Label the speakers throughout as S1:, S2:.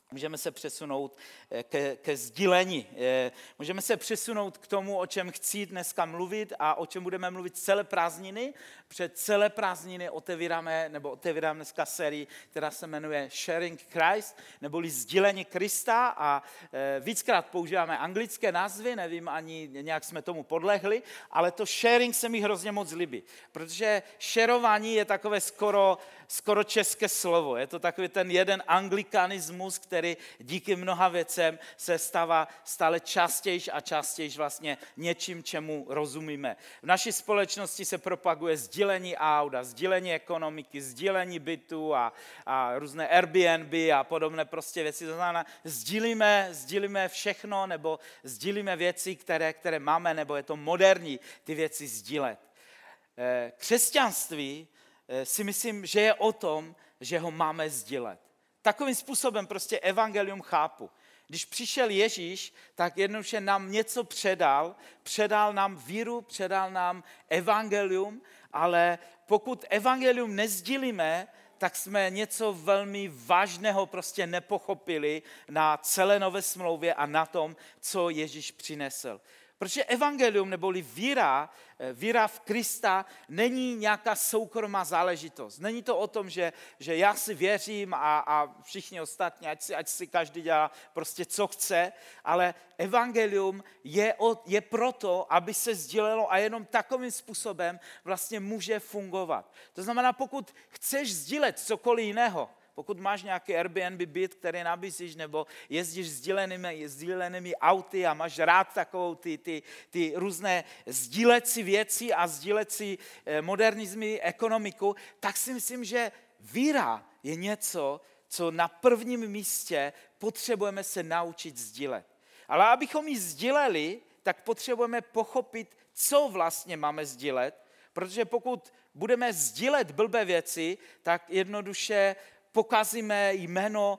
S1: Můžeme se přesunout ke sdílení. Můžeme se přesunout k tomu, o čem chci dneska mluvit a o čem budeme mluvit celé prázdniny. Před celé prázdniny otevíráme dneska sérii, která se jmenuje Sharing Christ, neboli sdílení Krista, a víckrát používáme anglické názvy, nevím, ani nějak jsme tomu podlehli, ale to sharing se mi hrozně moc líbí, protože šerování je takové skoro české slovo. Je to takový ten jeden anglikanismus, který díky mnoha věcem se stává stále častěji a častěji vlastně něčím, čemu rozumíme. V naší společnosti se propaguje sdílení aut a sdílení ekonomiky, sdílení bytu a různé Airbnb a podobné prostě věci. To znamená, sdílíme všechno nebo sdílíme věci, které máme, nebo je to moderní ty věci sdílet. Křesťanství si myslím, že je o tom, že ho máme sdílet. Takovým způsobem prostě evangelium chápu. Když přišel Ježíš, tak jednoduše nám něco předal nám víru, předal nám evangelium, ale pokud evangelium nesdílíme, tak jsme něco velmi vážného prostě nepochopili na celé nové smlouvě a na tom, co Ježíš přinesl. Protože evangelium neboli víra v Krista není nějaká soukromá záležitost. Není to o tom, že já si věřím a všichni ostatní, ať si každý dělá prostě co chce, ale evangelium je proto, aby se sdílelo a jenom takovým způsobem vlastně může fungovat. To znamená, pokud chceš sdílet cokoliv jiného, pokud máš nějaký Airbnb byt, který nabízíš, nebo jezdíš sdílenými auty a máš rád takovou ty různé sdílecí věci a sdílecí modernismy, ekonomiku, tak si myslím, že víra je něco, co na prvním místě potřebujeme se naučit sdílet. Ale abychom ji sdíleli, tak potřebujeme pochopit, co vlastně máme sdílet, protože pokud budeme sdílet blbé věci, tak jednoduše pokazíme jméno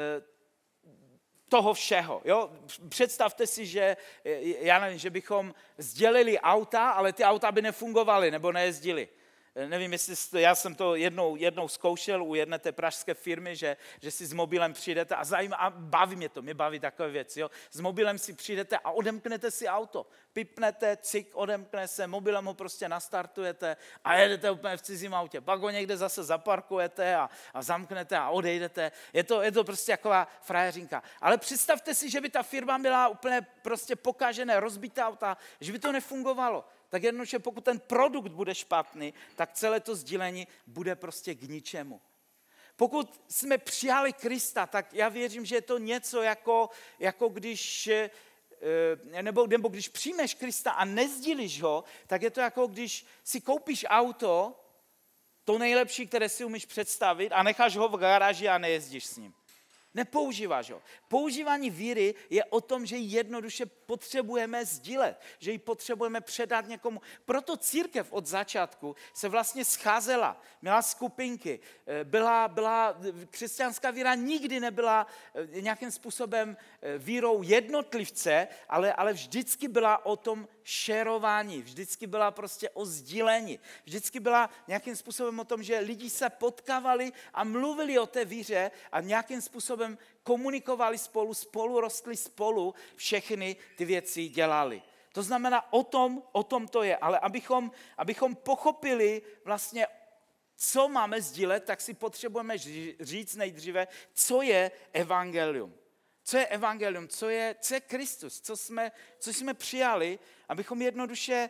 S1: toho všeho. Jo? Představte si, že, já nevím, že bychom sdělili auta, ale ty auta by nefungovaly nebo nejezdily. Nevím, jestli já jsem to jednou zkoušel u jedné té pražské firmy, že si s mobilem přijdete a baví mě to, mě baví takové věci. Jo? S mobilem si přijdete a odemknete si auto. Pipnete, cik, odemkne se, mobilem ho prostě nastartujete a jedete úplně v cizím autě. Pak ho někde zase zaparkujete a zamknete a odejdete. Je to prostě taková frajeřinka. Ale představte si, že by ta firma byla úplně prostě pokažené, rozbitá auta, že by to nefungovalo. Tak jednoduše, pokud ten produkt bude špatný, tak celé to sdílení bude prostě k ničemu. Pokud jsme přijali Krista, tak já věřím, že je to něco jako když, nebo když přijmeš Krista a nezdílíš ho, tak je to jako když si koupíš auto, to nejlepší, které si umíš představit, a necháš ho v garáži a nejezdíš s ním. Nepoužíváš ho. Používání víry je o tom, že ji jednoduše potřebujeme sdílet, že ji potřebujeme předat někomu. Proto církev od začátku se vlastně scházela, měla skupinky, křesťanská víra nikdy nebyla nějakým způsobem vírou jednotlivce, ale vždycky byla o tom šerování, vždycky byla prostě o sdílení, vždycky byla nějakým způsobem o tom, že lidi se potkávali a mluvili o té víře a nějakým způsobem komunikovali spolu rostli spolu, všechny ty věci dělali. To znamená, o tom to je, ale abychom pochopili vlastně, co máme sdílet, tak si potřebujeme říct nejdříve, co je evangelium. Co je evangelium, co je Kristus, co jsme přijali, abychom jednoduše,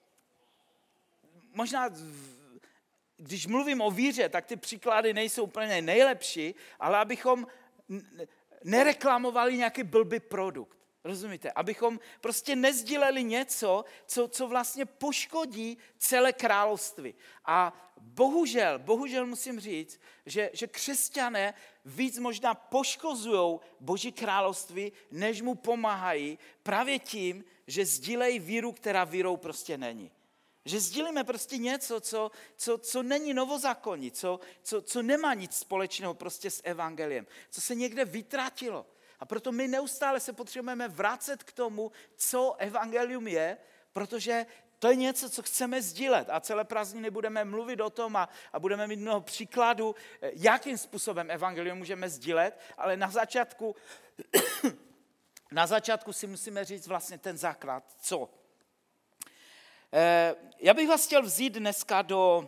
S1: možná když mluvím o víře, tak ty příklady nejsou úplně nejlepší, ale abychom nereklamovali nějaký blbý produkt. Rozumíte? Abychom prostě nesdíleli něco, co vlastně poškodí celé království. A bohužel musím říct, že křesťané víc možná poškozují Boží království, než mu pomáhají právě tím, že sdílejí víru, která vírou prostě není. Že sdílíme prostě něco, co není novozákonní, co nemá nic společného prostě s evangeliem, co se někde vytratilo. A proto my neustále se potřebujeme vracet k tomu, co evangelium je, protože To je něco, co chceme sdílet a celé prázdniny budeme mluvit o tom a budeme mít mnoho příkladů, jakým způsobem evangelium můžeme sdílet, ale na začátku si musíme říct vlastně ten základ, co. Já bych vás chtěl vzít dneska do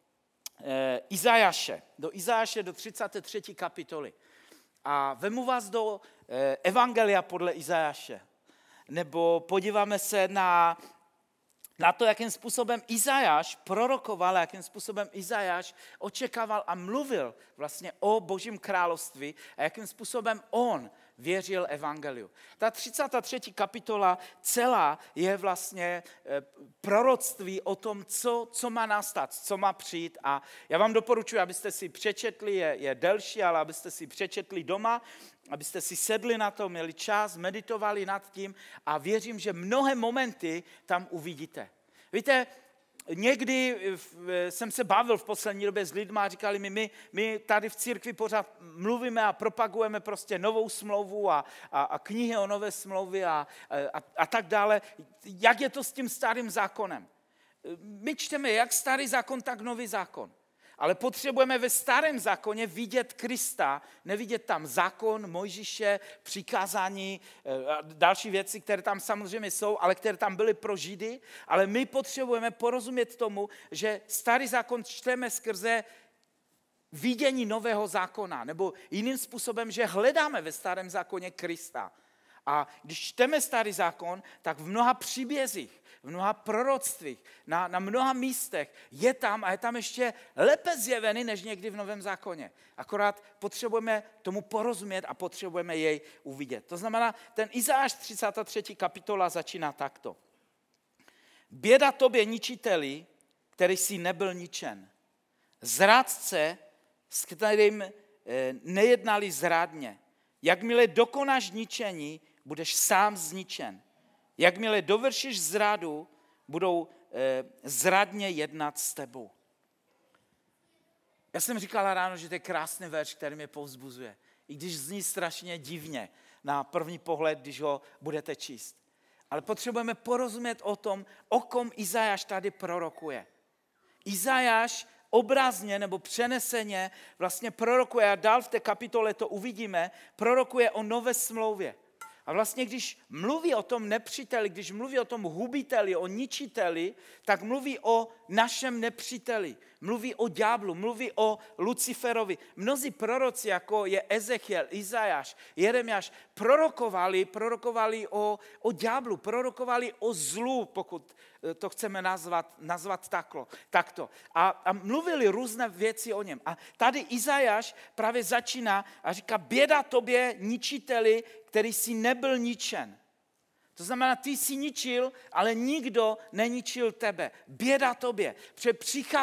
S1: Izajáše, do 33. kapitoly. A vemu vás do Evangelia podle Izajáše. Nebo podíváme se na to, jakým způsobem Izajáš prorokoval, jakým způsobem Izajáš očekával a mluvil vlastně o Božím království a jakým způsobem on věřil evangeliu. Ta 33. kapitola celá je vlastně proroctví o tom, co má nastat, co má přijít. A já vám doporučuji, abyste si přečetli, je delší, ale abyste si přečetli doma, abyste si sedli na to, měli čas, meditovali nad tím a věřím, že mnohé momenty tam uvidíte. Víte, někdy jsem se bavil v poslední době s lidmi a říkali mi, my tady v církvi pořád mluvíme a propagujeme prostě novou smlouvu a knihy o nové smlouvě a tak dále. Jak je to s tím starým zákonem? My čteme jak starý zákon, tak nový zákon. Ale potřebujeme ve starém zákoně vidět Krista, nevidět tam zákon, Mojžíše, přikázání, další věci, které tam samozřejmě jsou, ale které tam byly pro Židy. Ale my potřebujeme porozumět tomu, že starý zákon čteme skrze vidění nového zákona, nebo jiným způsobem, že hledáme ve starém zákoně Krista. A když čteme starý zákon, tak v mnoha příbězích, v mnoha proroctvích, na mnoha místech je tam a je tam ještě lépe zjevený, než někdy v Novém zákoně. Akorát potřebujeme tomu porozumět a potřebujeme jej uvidět. To znamená, ten Izajáš 33. kapitola začíná takto. Běda tobě, ničiteli, který jsi nebyl ničen. Zrádce, s kterým nejednali zrádně. Jakmile dokonáš ničení, budeš sám zničen. Jakmile dovršíš zradu, budou zradně jednat s tebou. Já jsem říkala ráno, že to je krásný verš, který mě povzbuzuje. I když zní strašně divně na první pohled, když ho budete číst. Ale potřebujeme porozumět o tom, o kom Izajáš tady prorokuje. Izajáš obrazně nebo přeneseně vlastně prorokuje, a dál v té kapitole to uvidíme, prorokuje o nové smlouvě. A vlastně, když mluví o tom nepříteli, když mluví o tom hubiteli, o ničiteli, tak mluví o našem nepříteli. Mluví o ďáblu, mluví o Luciferovi. Mnozí proroci, jako je Ezechiel, Izajáš, Jeremiáš, prorokovali o ďáblu, prorokovali o zlu, pokud to chceme nazvat takto. A mluvili různé věci o něm. A tady Izajáš právě začíná a říká, běda tobě, ničiteli, který si nebyl ničen. To znamená, ty jsi ničil, ale nikdo neničil tebe. Běda tobě. Protože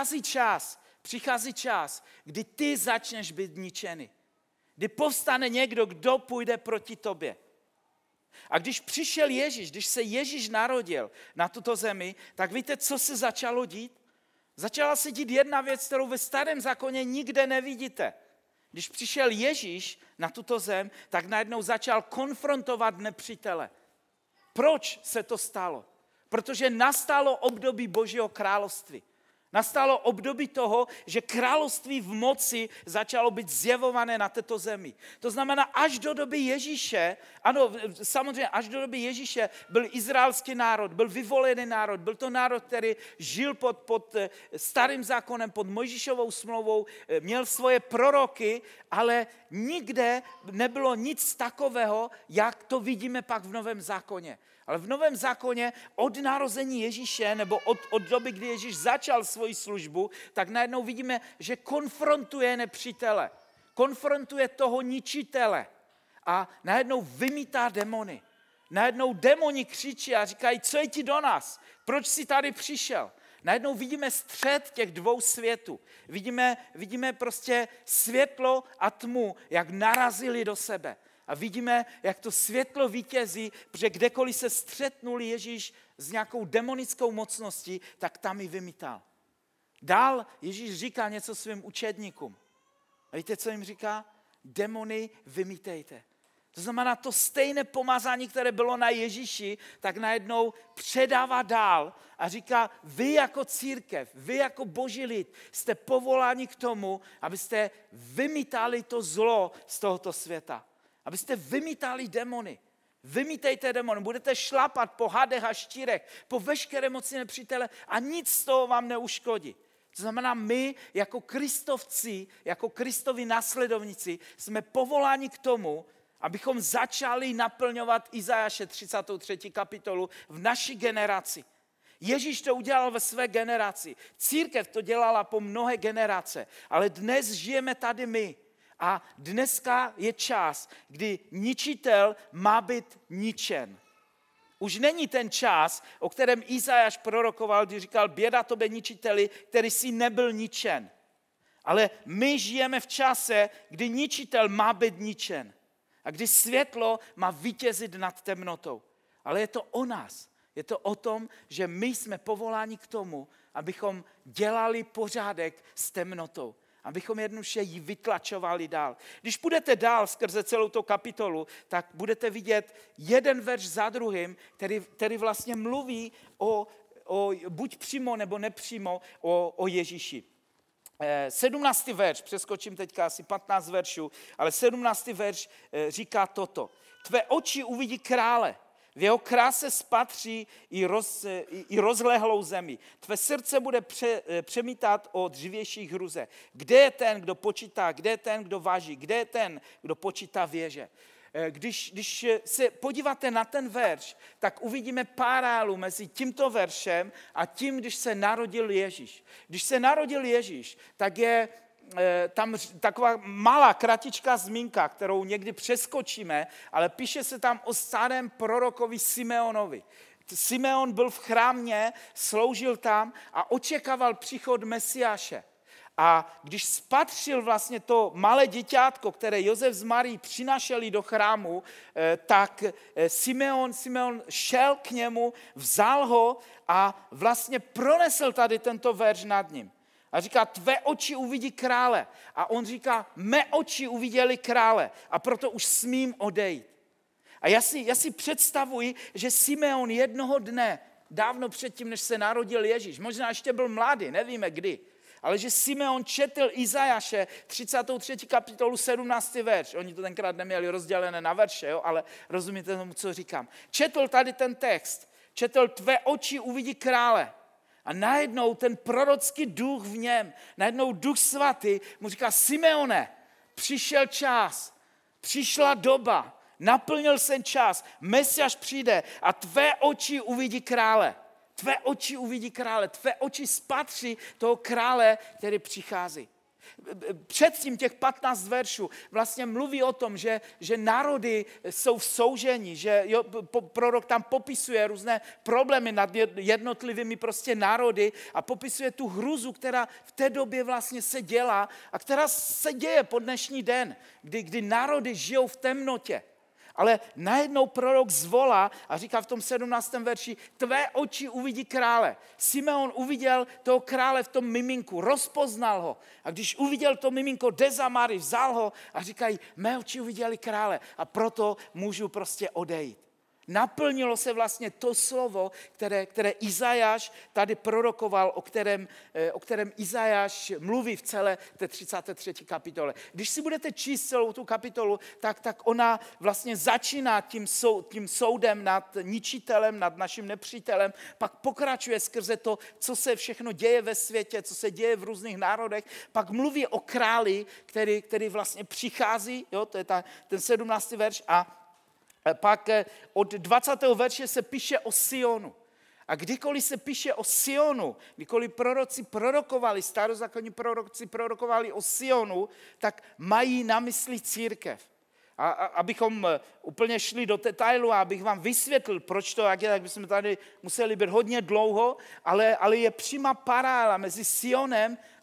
S1: přichází čas, kdy ty začneš být ničený. Kdy povstane někdo, kdo půjde proti tobě. A když přišel Ježíš, když se Ježíš narodil na tuto zemi, tak víte, co se začalo dít? Začala se dít jedna věc, kterou ve starém zákoně nikde nevidíte. Když přišel Ježíš na tuto zem, tak najednou začal konfrontovat nepřítele. Proč se to stalo? Protože nastalo období Božího království. Nastalo období toho, že království v moci začalo být zjevované na této zemi. To znamená, až do doby Ježíše, ano, samozřejmě až do doby Ježíše byl izraelský národ, byl vyvolený národ, byl to národ, který žil pod starým zákonem, pod Mojžíšovou smlouvou, měl svoje proroky, ale nikde nebylo nic takového, jak to vidíme pak v Novém zákoně. Ale v Novém zákoně od narození Ježíše, nebo od doby, kdy Ježíš začal svoji službu, tak najednou vidíme, že konfrontuje nepřítele. Konfrontuje toho ničitele. A najednou vymítá démony. Najednou démoni křičí a říkají, co je ti do nás? Proč jsi tady přišel? Najednou vidíme střed těch dvou světů. Vidíme prostě světlo a tmu, jak narazili do sebe. A vidíme, jak to světlo vítězí, protože kdekoliv se střetnul Ježíš s nějakou demonickou mocností, tak tam ji vymítal. Dál Ježíš říká něco svým učedníkům. A víte, co jim říká? Demony vymítejte. To znamená, to stejné pomazání, které bylo na Ježíši, tak najednou předává dál a říká, vy jako církev, vy jako boží lid jste povoláni k tomu, abyste vymítali to zlo z tohoto světa. Abyste vymítali demony. Vymítejte demony, budete šlapat po hadech a štírech, po veškeré moci nepřítele a nic z toho vám neuškodí. To znamená, my jako kristovci, jako Kristovi následovníci jsme povoláni k tomu, abychom začali naplňovat Izajáše 33. kapitolu v naší generaci. Ježíš to udělal ve své generaci. Církev to dělala po mnohé generace, ale dnes žijeme tady my. A dneska je čas, kdy ničitel má být ničen. Už není ten čas, o kterém Izajáš prorokoval, když říkal, běda tobě ničiteli, který si nebyl ničen. Ale my žijeme v čase, kdy ničitel má být ničen. A kdy světlo má vítězit nad temnotou. Ale je to o nás. Je to o tom, že my jsme povoláni k tomu, abychom dělali pořádek s temnotou. Abychom jednoduše ji vytlačovali dál. Když půjdete dál skrze celou tu kapitolu, tak budete vidět jeden verš za druhým, který vlastně mluví o buď přímo nebo nepřímo o Ježíši. 17. verš, přeskočím teďka asi 15 veršů, ale 17. verš říká toto. Tvé oči uvidí krále, v jeho kráse spatří i rozlehlou zemi. Tvé srdce bude přemítat o dřívějších hruze. Kde je ten, kdo počítá? Kde je ten, kdo váží? Kde je ten, kdo počítá věže? Když se podíváte na ten verš, tak uvidíme paralelu mezi tímto veršem a tím, když se narodil Ježíš. Když se narodil Ježíš, tak je tam taková malá, kratičká zmínka, kterou někdy přeskočíme, ale píše se tam o starém prorokovi Simeonovi. Simeon byl v chrámě, sloužil tam a očekával příchod Mesiáše. A když spatřil vlastně to malé děťátko, které Josef s Marií přinášeli do chrámu, tak Simeon šel k němu, vzal ho a vlastně pronesl tady tento verš nad ním. A říká, tvé oči uvidí krále. A on říká, mé oči uviděli krále a proto už smím odejít. A já si představuji, že Simeon jednoho dne, dávno předtím, než se narodil Ježíš, možná ještě byl mladý, nevíme kdy, ale že Simeon četl Izajáše 33. kapitolu 17. verš. Oni to tenkrát neměli rozdělené na verše, jo? Ale rozumíte tomu, co říkám. Četl tady ten text. Četl, tvé oči uvidí krále. A najednou ten prorocký duch v něm, najednou duch svatý mu říká, Simeone, přišel čas, přišla doba, naplnil se čas, Mesiáš přijde a tvé oči uvidí krále. Tvé oči uvidí krále, tvé oči spatří toho krále, který přichází. Předtím těch 15 veršů vlastně mluví o tom, že národy jsou v soužení, že prorok tam popisuje různé problémy nad jednotlivými prostě národy a popisuje tu hruzu, která v té době vlastně se dělá a která se děje po dnešní den, kdy národy žijou v temnotě. Ale najednou prorok zvolá a říká v tom 17. verši, tvé oči uvidí krále. Simeon uviděl toho krále v tom miminku, rozpoznal ho. A když uviděl to miminko, jde za Marii, vzal ho a říkají, mé oči uviděli krále a proto můžu prostě odejít. Naplnilo se vlastně to slovo, které Izajáš tady prorokoval, o kterém Izajáš mluví v celé té 33. kapitole. Když si budete číst celou tu kapitolu, tak ona vlastně začíná tím soudem nad ničitelem, nad naším nepřítelem, pak pokračuje skrze to, co se všechno děje ve světě, co se děje v různých národech, pak mluví o králi, který vlastně přichází, jo, to je ten 17. verš a pak od 20. verše se píše o Sionu. A kdykoliv se píše o Sionu, kdykoliv proroci prorokovali, starozákonní proroci prorokovali o Sionu, tak mají na mysli církev. A abychom úplně šli do detailu a abych vám vysvětlil, proč to jak je, tak bychom tady museli být hodně dlouho, ale je přímá paralela mezi Sionem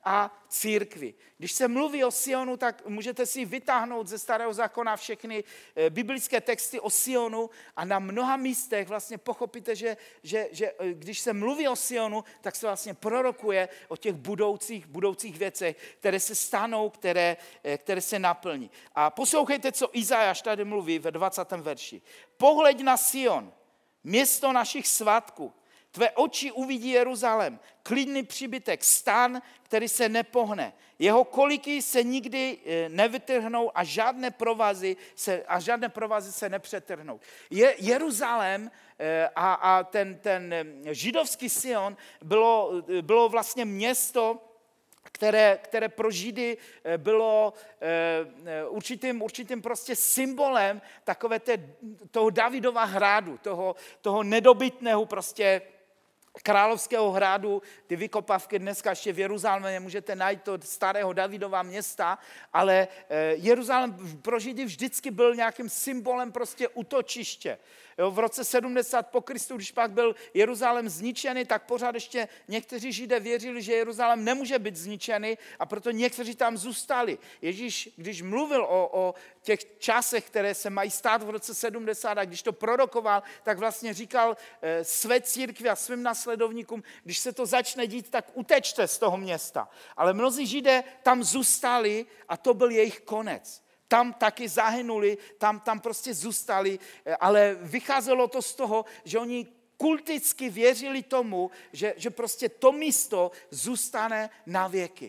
S1: a církvi. Když se mluví o Sionu, tak můžete si vytáhnout ze Starého zákona všechny biblické texty o Sionu a na mnoha místech vlastně pochopíte, že když se mluví o Sionu, tak se vlastně prorokuje o těch budoucích věcech, které se stanou, které se naplní. A poslouchejte, co Izajáš tady mluví ve 20. verši. Pohleď na Sion, město našich svátků. Tvé oči uvidí Jeruzalém, klidný příbytek, stan, který se nepohne. Jeho koliky se nikdy nevytrhnou a žádné provazy se nepřetrhnou. Jeruzalém a ten židovský Sion bylo vlastně město, které pro Židy bylo určitým prostě symbolem takové toho Davidova hradu, toho nedobytného prostě královského hradu. Ty vykopavky dneska ještě v Jeruzalémě můžete najít od starého Davidova města, ale Jeruzalém pro Židy vždycky byl nějakým symbolem prostě útočiště. Jo, v roce 70 po Kristu, když pak byl Jeruzalém zničený, tak pořád ještě někteří Židé věřili, že Jeruzalém nemůže být zničený a proto někteří tam zůstali. Ježíš, když mluvil o těch časech, které se mají stát v roce 70 a když to prorokoval, tak vlastně říkal své církvi a svým následovníkům, když se to začne dít, tak utečte z toho města. Ale mnozí Židé tam zůstali a to byl jejich konec. Tam taky zahynuli, tam prostě zůstali, ale vycházelo to z toho, že oni kulticky věřili tomu, že prostě to místo zůstane na věky.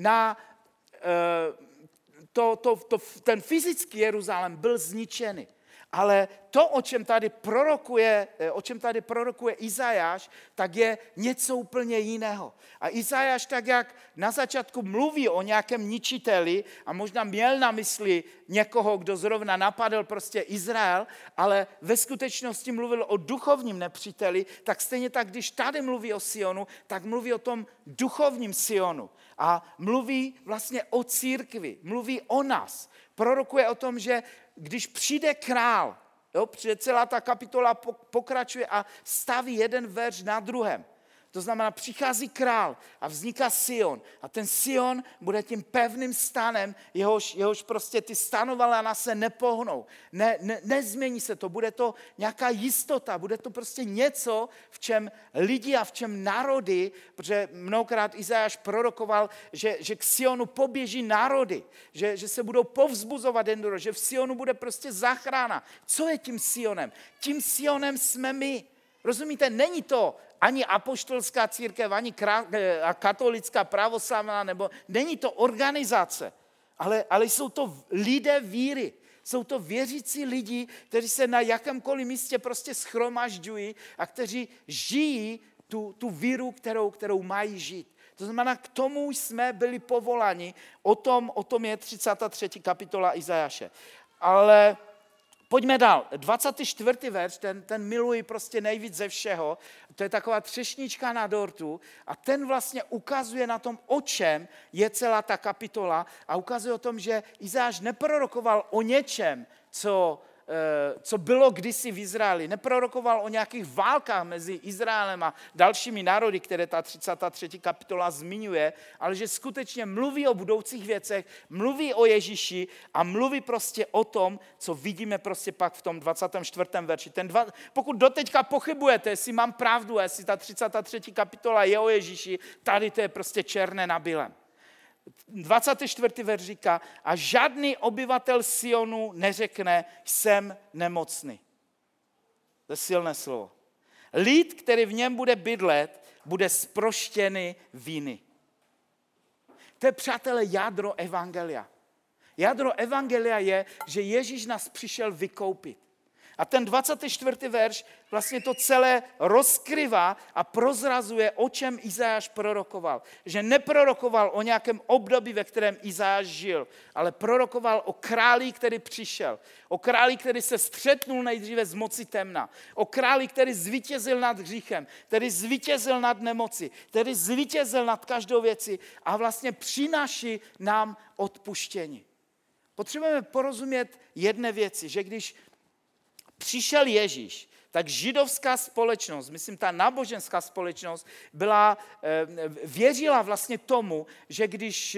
S1: Ten fyzický Jeruzalém byl zničený. Ale to, o čem tady prorokuje Izajáš, tak je něco úplně jiného. A Izajáš, tak jak na začátku mluví o nějakém ničiteli a možná měl na mysli někoho, kdo zrovna napadl prostě Izrael, ale ve skutečnosti mluvil o duchovním nepříteli, tak stejně tak, když tady mluví o Sionu, tak mluví o tom duchovním Sionu. A mluví vlastně o církvi, mluví o nás. Prorokuje o tom, že když přijde král, přijde celá ta kapitola pokračuje a staví jeden verš na druhém. To znamená, přichází král a vzniká Sion. A ten Sion bude tím pevným stanem, jehož prostě ty stanovalana se nepohnou. Nezmění se to, bude to nějaká jistota, bude to prostě něco, v čem lidi a v čem národy, protože mnohokrát Izajáš prorokoval, že k Sionu poběží národy, že se budou povzbuzovat jeden druhý, že v Sionu bude prostě záchrana. Co je tím Sionem? Tím Sionem jsme my. Rozumíte, není to ani apoštolská církev, ani katolická pravoslavná, nebo není to organizace, ale jsou to lidé víry. Jsou to věřící lidi, kteří se na jakémkoliv místě prostě shromažďují a kteří žijí tu víru, kterou mají žít. To znamená, k tomu jsme byli povoláni, o tom je 33. kapitola Izajáše. Ale pojďme dál. 24. verš, ten miluji prostě nejvíc ze všeho. To je taková třešnička na dortu a ten vlastně ukazuje na tom, o čem je celá ta kapitola a ukazuje o tom, že Izajáš neprorokoval o něčem, co bylo kdysi v Izraeli. Neprorokoval o nějakých válkách mezi Izraelem a dalšími národy, které ta 33. kapitola zmiňuje, ale že skutečně mluví o budoucích věcech, mluví o Ježíši a mluví prostě o tom, co vidíme prostě pak v tom 24. verši. Pokud doteďka pochybujete, jestli mám pravdu, jestli ta 33. kapitola je o Ježíši, tady to je prostě černé na bílém. 24. verš říká, a žádný obyvatel Sionu neřekne, jsem nemocný. To je silné slovo. Lid, který v něm bude bydlet, bude zproštěný viny. To je, přátelé, jádro evangelia. Jádro evangelia je, že Ježíš nás přišel vykoupit. A ten 24. verš vlastně to celé rozkryvá a prozrazuje, o čem Izajáš prorokoval. Že neprorokoval o nějakém období, ve kterém Izajáš žil, ale prorokoval o králi, který přišel. O králi, který se střetnul nejdříve z moci temna. O králi, který zvítězil nad hříchem, který zvítězil nad nemoci, který zvítězil nad každou věcí a vlastně přináší nám odpuštění. Potřebujeme porozumět jedné věci, že když přišel Ježíš, tak židovská společnost, myslím ta náboženská společnost, věřila vlastně tomu, že když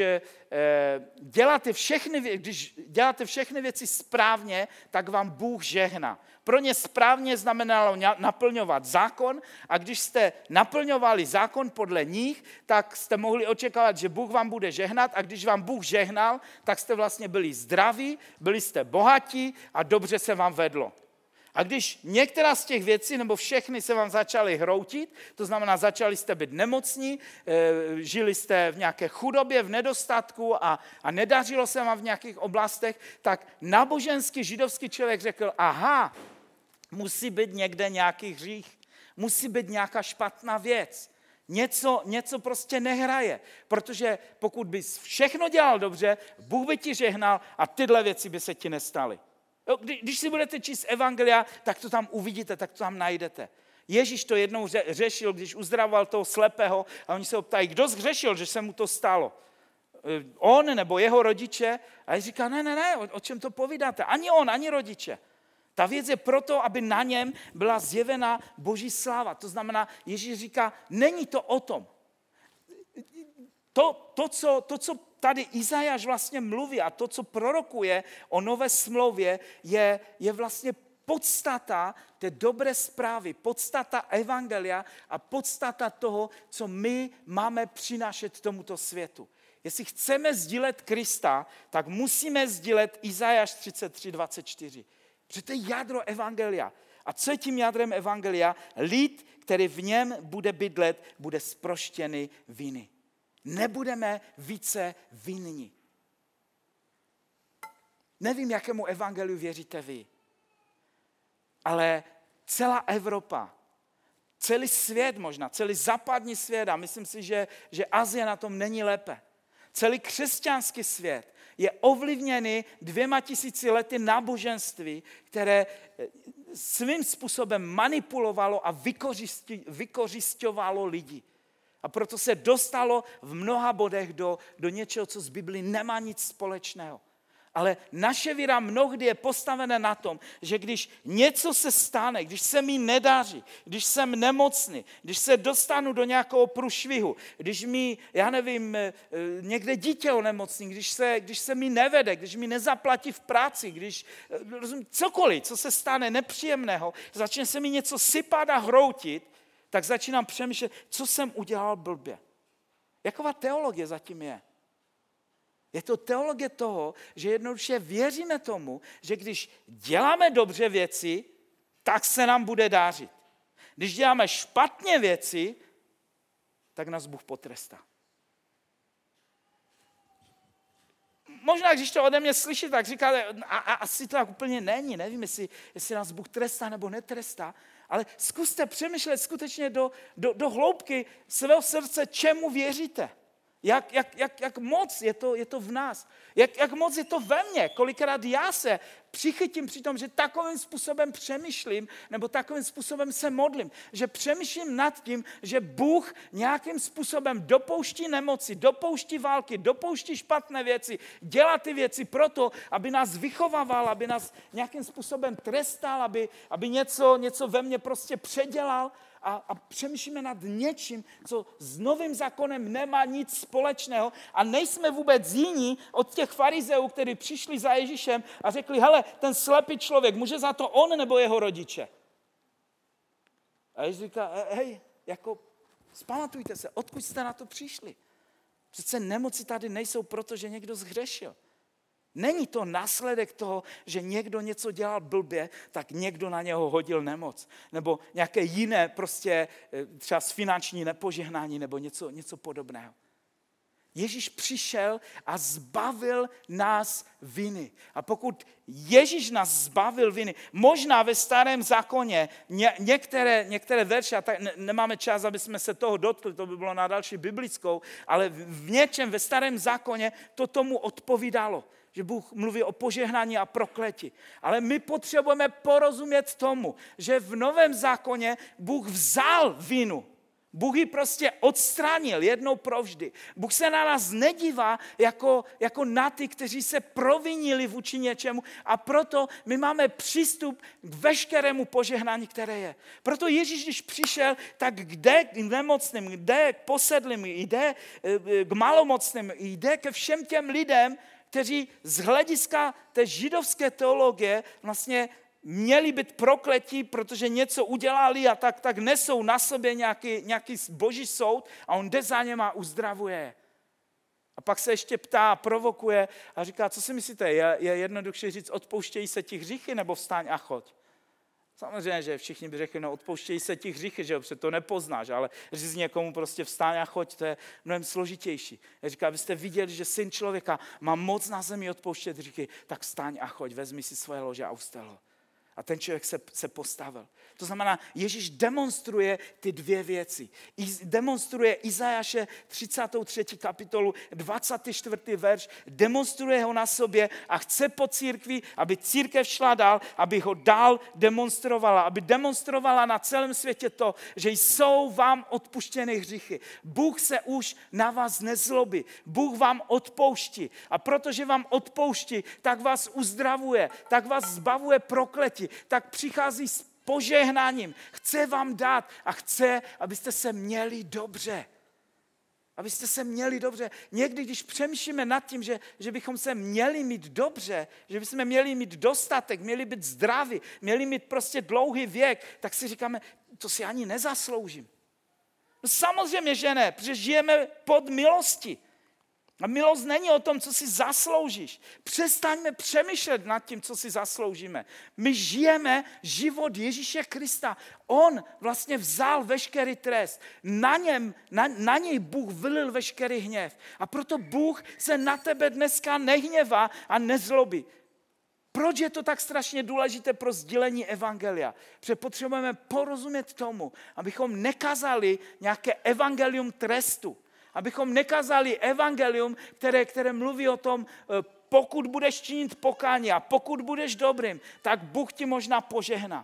S1: děláte všechny věci správně, tak vám Bůh žehná. Pro ně správně znamenalo naplňovat zákon a když jste naplňovali zákon podle nich, tak jste mohli očekávat, že Bůh vám bude žehnat a když vám Bůh žehnal, tak jste vlastně byli zdraví, byli jste bohatí a dobře se vám vedlo. A když některá z těch věcí, nebo všechny se vám začaly hroutit, to znamená, začali jste být nemocní, žili jste v nějaké chudobě, v nedostatku a nedařilo se vám v nějakých oblastech, tak náboženský židovský člověk řekl, aha, musí být někde nějaký hřích, musí být nějaká špatná věc. Něco prostě nehraje, protože pokud bys všechno dělal dobře, Bůh by ti žehnal a tyhle věci by se ti nestaly. Když si budete číst evangelia, tak to tam uvidíte, tak to tam najdete. Ježíš to jednou řešil, když uzdravoval toho slepého a oni se ho ptají, kdo zhřešil, že se mu to stalo? On nebo jeho rodiče? A Ježíš říká, ne, o čem to povídáte? Ani on, ani rodiče. Ta věc je proto, aby na něm byla zjevena Boží sláva. To znamená, Ježíš říká, není to o tom. To, co tady Izajáš vlastně mluví a to, co prorokuje o nové smlouvě, je vlastně podstata té dobré zprávy, podstata evangelia a podstata toho, co my máme přinášet tomuto světu. Jestli chceme sdílet Krista, tak musíme sdílet Izajáš 33:24. Protože to je jádro evangelia. A co je tím jádrem evangelia? Lid, který v něm bude bydlet, bude zproštěný viny. Nebudeme více vinni. Nevím, jakému evangeliu věříte vy, ale celá Evropa, celý svět možná, celý západní svět, a myslím si, že Asie na tom není lépe. Celý křesťanský svět je ovlivněný 2000 lety náboženství, které svým způsobem manipulovalo a vykořisťovalo lidi. A proto se dostalo v mnoha bodech do něčeho, co z Biblii nemá nic společného. Ale naše víra mnohdy je postavená na tom, že když něco se stane, když se mi nedaří, když jsem nemocný, když se dostanu do nějakého průšvihu, když mi, někde dítě onemocní, když se mi nevede, když mi nezaplatí v práci, cokoliv, co se stane nepříjemného, začne se mi něco sypat a hroutit, tak začínám přemýšlet, co jsem udělal blbě. Jaková teologie zatím je? Je to teologie toho, že jednoduše věříme tomu, že když děláme dobře věci, tak se nám bude dářit. Když děláme špatně věci, tak nás Bůh potrestá. Možná, když to ode mě slyší, tak říkáte, asi to tak úplně není, nevím, jestli nás Bůh trestá nebo netrestá, ale zkuste přemýšlet skutečně do hloubky svého srdce, čemu věříte. Jak moc je to v nás? Jak moc je to ve mně? Kolikrát já se přichytím při tom, že takovým způsobem přemýšlím nebo takovým způsobem se modlím. Že přemýšlím nad tím, že Bůh nějakým způsobem dopouští nemoci, dopouští války, dopouští špatné věci, dělá ty věci proto, aby nás vychovával, aby nás nějakým způsobem trestal, aby něco ve mně prostě předělal. A přemýšlíme nad něčím, co s novým zákonem nemá nic společného a nejsme vůbec jiní od těch farizeů, kteří přišli za Ježíšem a řekli, hele, ten slepý člověk, může za to on nebo jeho rodiče? A Ježíš říká, hej, zpamatujte se, odkud jste na to přišli? Přece nemoci tady nejsou, protože někdo zhřešil. Není to následek toho, že někdo něco dělal blbě, tak někdo na něho hodil nemoc. Nebo nějaké jiné prostě třeba finanční nepožehnání nebo něco podobného. Ježíš přišel a zbavil nás viny. A pokud Ježíš nás zbavil viny, možná ve starém zákoně některé verše, a tak nemáme čas, aby jsme se toho dotkli, to by bylo na další biblickou, ale v něčem ve starém zákoně to tomu odpovídalo. Že Bůh mluví o požehnání a prokletí. Ale my potřebujeme porozumět tomu, že v Novém zákoně Bůh vzal vinu. Bůh ji prostě odstranil jednou provždy. Bůh se na nás nedívá jako na ty, kteří se provinili vůči něčemu a proto my máme přístup k veškerému požehnání, které je. Proto Ježíš, když přišel, tak jde k nemocným, jde k posedlým, jde k malomocným, jde ke všem těm lidem, kteří z hlediska té židovské teologie vlastně měli být prokletí, protože něco udělali a tak nesou na sobě nějaký boží soud a on jde za něm a uzdravuje. A pak se ještě ptá, provokuje a říká, co si myslíte, je jednodušší říct, odpouštějí se ti hříchy nebo vstaň a choď. Samozřejmě, že všichni by řekli, no odpouštějí se ti hříchy, že jo, protože to nepoznáš, ale říct někomu prostě vstaň a choď, to je mnohem složitější. Já říká, abyste viděli, že Syn člověka má moc na zemi odpouštět hříchy, tak vstaň a choď, vezmi si svoje lože a ustel ho. A ten člověk se postavil. To znamená, Ježíš demonstruje ty dvě věci. Demonstruje Izajáše 33. kapitolu, 24. verš, demonstruje ho na sobě a chce po církvi, aby církev šla dál, aby ho dál demonstrovala, aby demonstrovala na celém světě to, že jsou vám odpuštěny hříchy. Bůh se už na vás nezlobí. Bůh vám odpouští. A protože vám odpouští, tak vás uzdravuje, tak vás zbavuje prokletí, tak přichází s požehnáním. Chce vám dát a chce, abyste se měli dobře. Abyste se měli dobře. Někdy, když přemýšlíme nad tím, že bychom se měli mít dobře, že bychom měli mít dostatek, měli být zdraví, měli mít prostě dlouhý věk, tak si říkáme, to si ani nezasloužím. No samozřejmě, že ne, protože žijeme pod milostí. A milost není o tom, co si zasloužíš. Přestaňme přemýšlet nad tím, co si zasloužíme. My žijeme život Ježíše Krista. On vlastně vzal veškerý trest. Na něj Bůh vylil veškerý hněv. A proto Bůh se na tebe dneska nehněvá a nezlobí. Proč je to tak strašně důležité pro sdílení evangelia? Protože potřebujeme porozumět tomu, abychom nekazali nějaké evangelium trestu. Abychom nekazali evangelium, které mluví o tom, pokud budeš činit pokání a pokud budeš dobrým, tak Bůh ti možná požehná.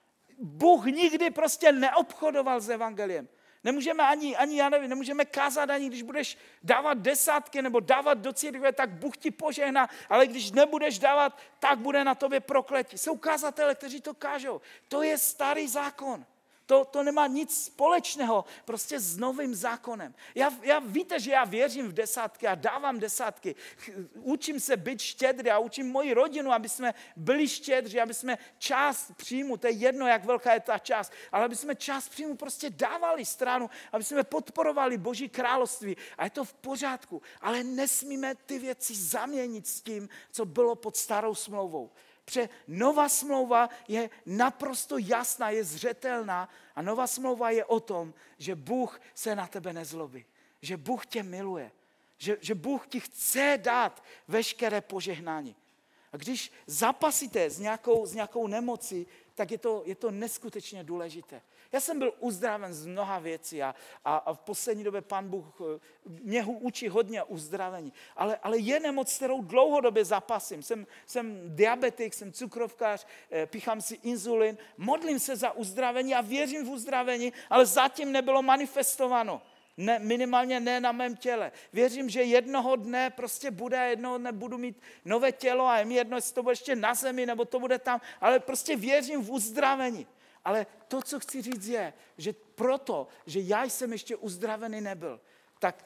S1: Bůh nikdy prostě neobchodoval s evangeliem. Nemůžeme nemůžeme kázat ani, když budeš dávat desátky nebo dávat do církve, tak Bůh ti požehná, ale když nebudeš dávat, tak bude na tobě prokletí. Jsou kázatelé, kteří to kážou. To je starý zákon. To nemá nic společného prostě s novým zákonem. Víte, že já věřím v desátky a dávám desátky. Učím se být štědrý a učím moji rodinu, aby jsme byli štědří, aby jsme část příjmu, to je jedno, jak velká je ta část, ale aby jsme část příjmu prostě dávali stranu, aby jsme podporovali Boží království. A je to v pořádku, ale nesmíme ty věci zaměnit s tím, co bylo pod starou smlouvou. Protože nová smlouva je naprosto jasná, je zřetelná a nová smlouva je o tom, že Bůh se na tebe nezlobí, že Bůh tě miluje, že Bůh ti chce dát veškeré požehnání. A když zapasíte s nějakou nemocí, tak je to neskutečně důležité. Já jsem byl uzdraven z mnoha věcí a v poslední době Pán Bůh mě učí hodně uzdravení. Ale je nemoc, kterou dlouhodobě zapasím. Jsem diabetik, jsem cukrovkář, píchám si inzulin, modlím se za uzdravení a věřím v uzdravení, ale zatím nebylo manifestováno. Ne, minimálně ne na mém těle. Věřím, že jednoho dne prostě jednoho dne budu mít nové tělo a je mi jedno, jestli to bude ještě na zemi, nebo to bude tam, ale prostě věřím v uzdravení. Ale to, co chci říct je, že proto, že já jsem ještě uzdravený nebyl, tak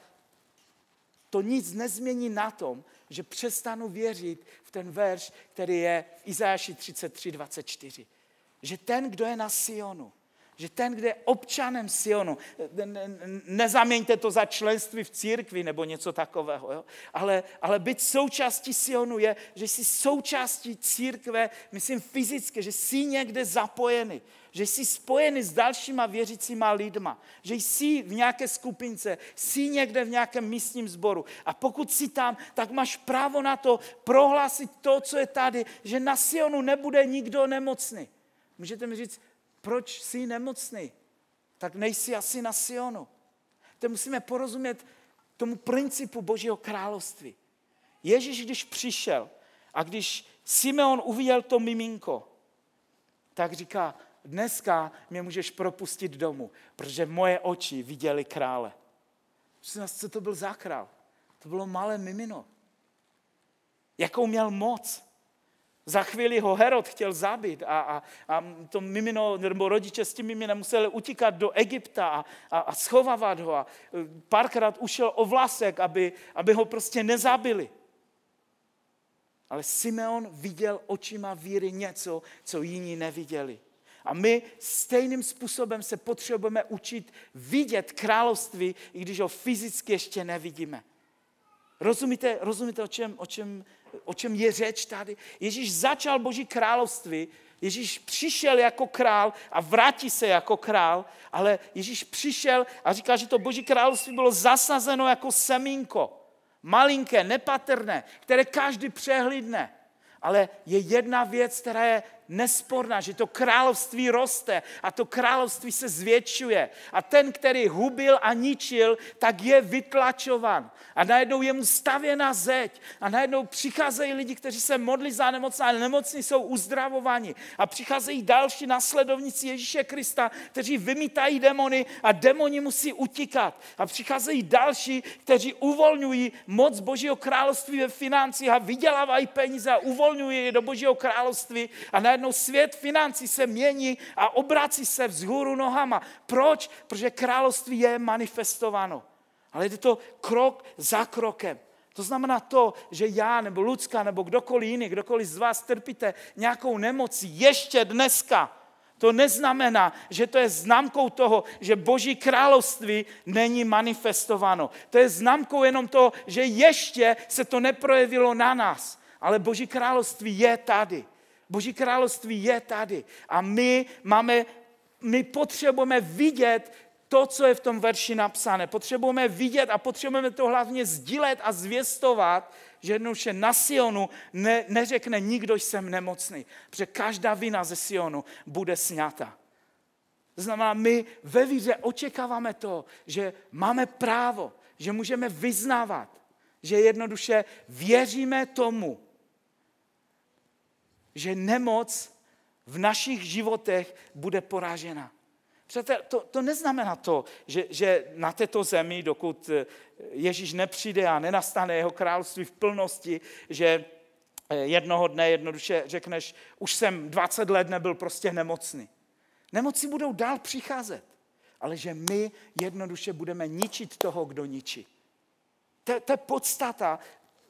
S1: to nic nezmění na tom, že přestanu věřit v ten verš, který je v Izajáši 33:24. Že ten, kdo je na Sionu, že ten, kdo je občanem Sionu, nezaměňte to za členství v církvi nebo něco takového, jo? Ale být součástí Sionu je, že jsi součástí církve, myslím fyzicky, že jsi někde zapojený, že jsi spojený s dalšíma věřícíma lidma, že jsi v nějaké skupince, jsi někde v nějakém místním sboru a pokud jsi tam, tak máš právo na to prohlásit to, co je tady, že na Sionu nebude nikdo nemocný. Můžete mi říct, proč jsi nemocný? Tak nejsi asi na Sionu. To musíme porozumět tomu principu Božího království. Ježíš, když přišel a když Simeon uviděl to miminko, tak říká, dneska mě můžeš propustit domů, protože moje oči viděly krále. Co to byl za král? To bylo malé mimino. Jakou měl moc? Za chvíli ho Herod chtěl zabít a to mimino, nebo rodiče s tím miminem museli utíkat do Egypta a schovávat ho. A párkrát ušel o vlasek, aby ho prostě nezabili. Ale Simeon viděl očima víry něco, co jiní neviděli. A my stejným způsobem se potřebujeme učit vidět království, i když ho fyzicky ještě nevidíme. Rozumíte, o čem je řeč tady? Ježíš začal Boží království, Ježíš přišel jako král a vrátí se jako král, ale Ježíš přišel a říká, že to Boží království bylo zasazeno jako semínko. Malinké, nepatrné, které každý přehlídne. Ale je jedna věc, která je nesporná, že to království roste a to království se zvětšuje. A ten, který hubil a ničil, tak je vytlačovan. A najednou je mu stavěna zeď. A najednou přicházejí lidi, kteří se modlí za nemocné, ale nemocní jsou uzdravováni. A přicházejí další následovníci Ježíše Krista, kteří vymítají demony a demoni musí utíkat. A přicházejí další, kteří uvolňují moc Božího království ve financích a vydělávají peníze a uvolňují je do Božího království. A najednou svět financí se mění a obrací se vzhůru nohama. Proč? Protože království je manifestováno. Ale je to krok za krokem. To znamená to, že já nebo Lucka nebo kdokoliv jiný, kdokoliv z vás trpíte nějakou nemocí ještě dneska, to neznamená, že to je známkou toho, že Boží království není manifestováno. To je známkou jenom toho, že ještě se to neprojevilo na nás. Ale Boží království je tady. Boží království je tady. A my potřebujeme vidět to, co je v tom verši napsané. Potřebujeme vidět a potřebujeme to hlavně sdílet a zvěstovat, že jednoduše na Sionu neřekne nikdo jsem nemocný. Protože každá vina ze Sionu bude sňata. To znamená, my ve víře očekáváme to, že máme právo, že můžeme vyznávat, že jednoduše věříme tomu, že nemoc v našich životech bude poražena. Přátelé, to neznamená to, že na této zemi, dokud Ježíš nepřijde a nenastane jeho království v plnosti, že jednoho dne jednoduše řekneš, už jsem 20 let nebyl prostě nemocný. Nemoci budou dál přicházet, ale že my jednoduše budeme ničit toho, kdo ničí. To je podstata